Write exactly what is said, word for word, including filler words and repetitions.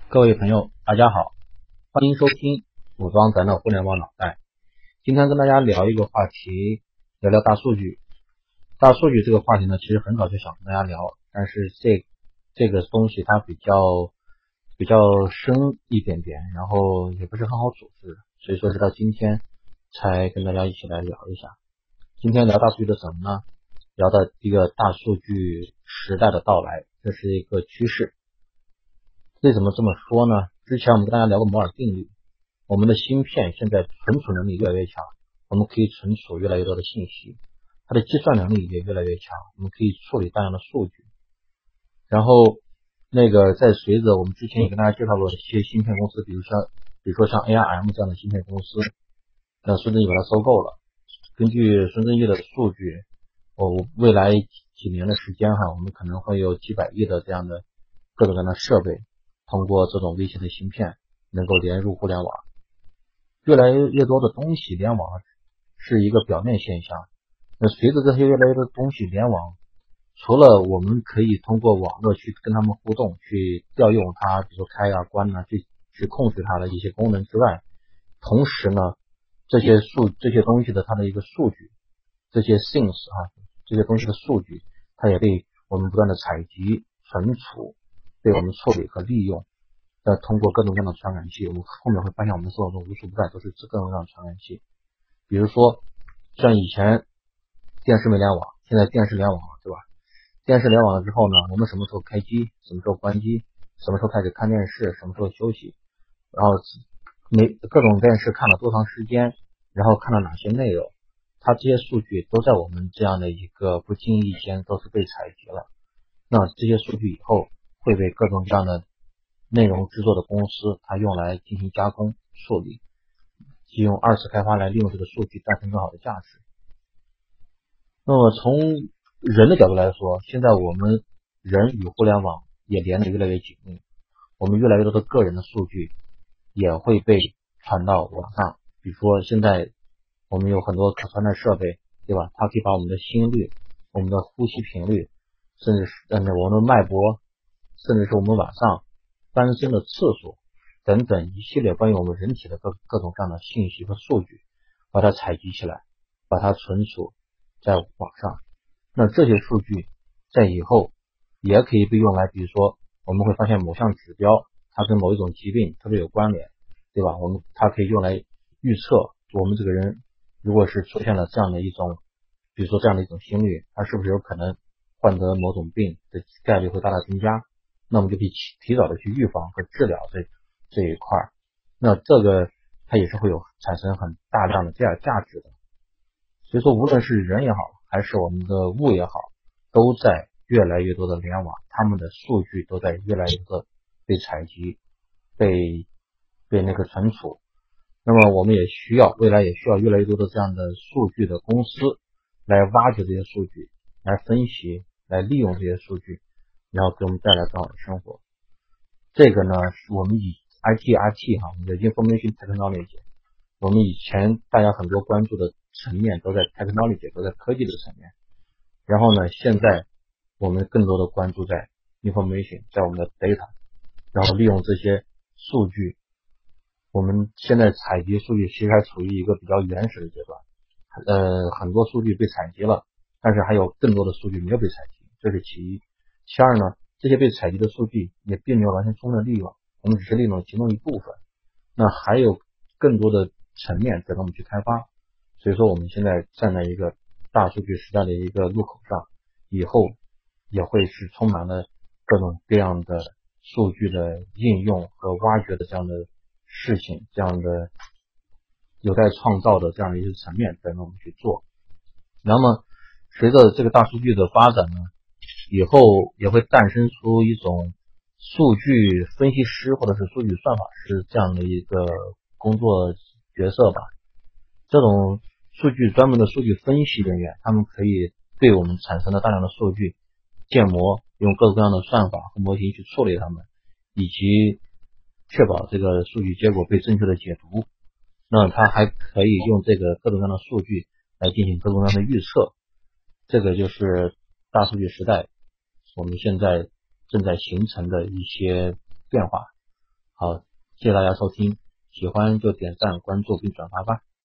各位朋友，大家好，欢迎收听武装咱的互联网脑袋。今天跟大家聊一个话题，聊聊大数据。大数据这个话题呢，其实很早就想跟大家聊，但是这这个东西它比较比较深一点点，然后也不是很好组织，所以说直到今天才跟大家一起来聊一下。今天聊大数据的什么呢？聊的一个大数据时代的到来，这是一个趋势。为什么这么说呢？之前我们跟大家聊过摩尔定律，我们的芯片现在存储能力越来越强，我们可以存储越来越多的信息，它的计算能力也越来越强，我们可以处理大量的数据。然后那个在随着我们之前也跟大家介绍过一些芯片公司，比如像比如说像 A R M 这样的芯片公司，那孙正义把它收购了。根据孙正义的数据，我未来几年的时间哈，我们可能会有几百亿的这样的各种各样的设备，通过这种微型的芯片能够连入互联网。越来越多的东西联网是一个表面现象，那随着这些越来越多的东西联网，除了我们可以通过网络去跟他们互动，去调用它，比如说开啊关啊，去去控制它的一些功能之外，同时呢，这些数这些东西的它的一个数据，这些 things 啊，这些东西的数据，它也被我们不断的采集、存储，被我们处理和利用。再通过各种各样的传感器，我们后面会发现我们生活中无处不在都是各种各样的传感器。比如说像以前电视没联网，现在电视联网了，对吧？电视联网了之后呢，我们什么时候开机，什么时候关机，什么时候开始看电视，什么时候休息，然后每各种电视看了多长时间，然后看了哪些内容，它这些数据都在我们这样的一个不经意间都是被采集了。那这些数据以后会被各种各样的内容制作的公司，它用来进行加工处理，利用二次开发来利用这个数据诞生更好的价值。那么从人的角度来说，现在我们人与互联网也连得越来越紧密，我们越来越多的个人的数据也会被传到网上。比如说现在我们有很多可穿戴设备，对吧？它可以把我们的心率、我们的呼吸频率，甚至是嗯我们的脉搏，甚至是我们晚上翻身的次数等等一系列关于我们人体的各各种各样的信息和数据，把它采集起来，把它存储在网上。那这些数据在以后也可以被用来，比如说我们会发现某项指标它跟某一种疾病特别有关联，对吧？我们它可以用来预测我们这个人如果是出现了这样的一种，比如说这样的一种心率，它是不是有可能患得某种病的概率会大大增加，那我们就可以提早的去预防和治疗这这一块。那这个它也是会有产生很大量的价价值的。所以说无论是人也好，还是我们的物也好，都在越来越多的联网，他们的数据都在越来越多的被采集，被被那个存储。那么我们也需要未来也需要越来越多的这样的数据的公司来挖掘这些数据，来分析，来利用这些数据，然后给我们带来更好的生活。这个呢，我们以 I T R T 哈，我们的 Information Technology， 我们以前大家很多关注的层面都在 Technology， 都在科技的层面。然后呢，现在我们更多的关注在 Information， 在我们的 Data， 然后利用这些数据。我们现在采集数据其实还处于一个比较原始的阶段，呃，很多数据被采集了，但是还有更多的数据没有被采集，这是其一。其二呢，这些被采集的数据也并没有完全充分利用，我们只是利用了其中一部分，那还有更多的层面等着我们去开发。所以说我们现在站在一个大数据时代的一个路口上，以后也会是充满了各种各样的数据的应用和挖掘的这样的事情，这样的有待创造的这样的一些层面等着我们去做。那么随着这个大数据的发展呢，以后也会诞生出一种数据分析师或者是数据算法师这样的一个工作角色吧。这种数据专门的数据分析人员，他们可以对我们产生的大量的数据建模，用各种各样的算法和模型去处理它们，以及确保这个数据结果被正确的解读。那它还可以用这个各种各样的数据来进行各种各样的预测。这个就是大数据时代我们现在正在形成的一些变化。 好，谢谢大家收听，喜欢就点赞、关注并转发吧。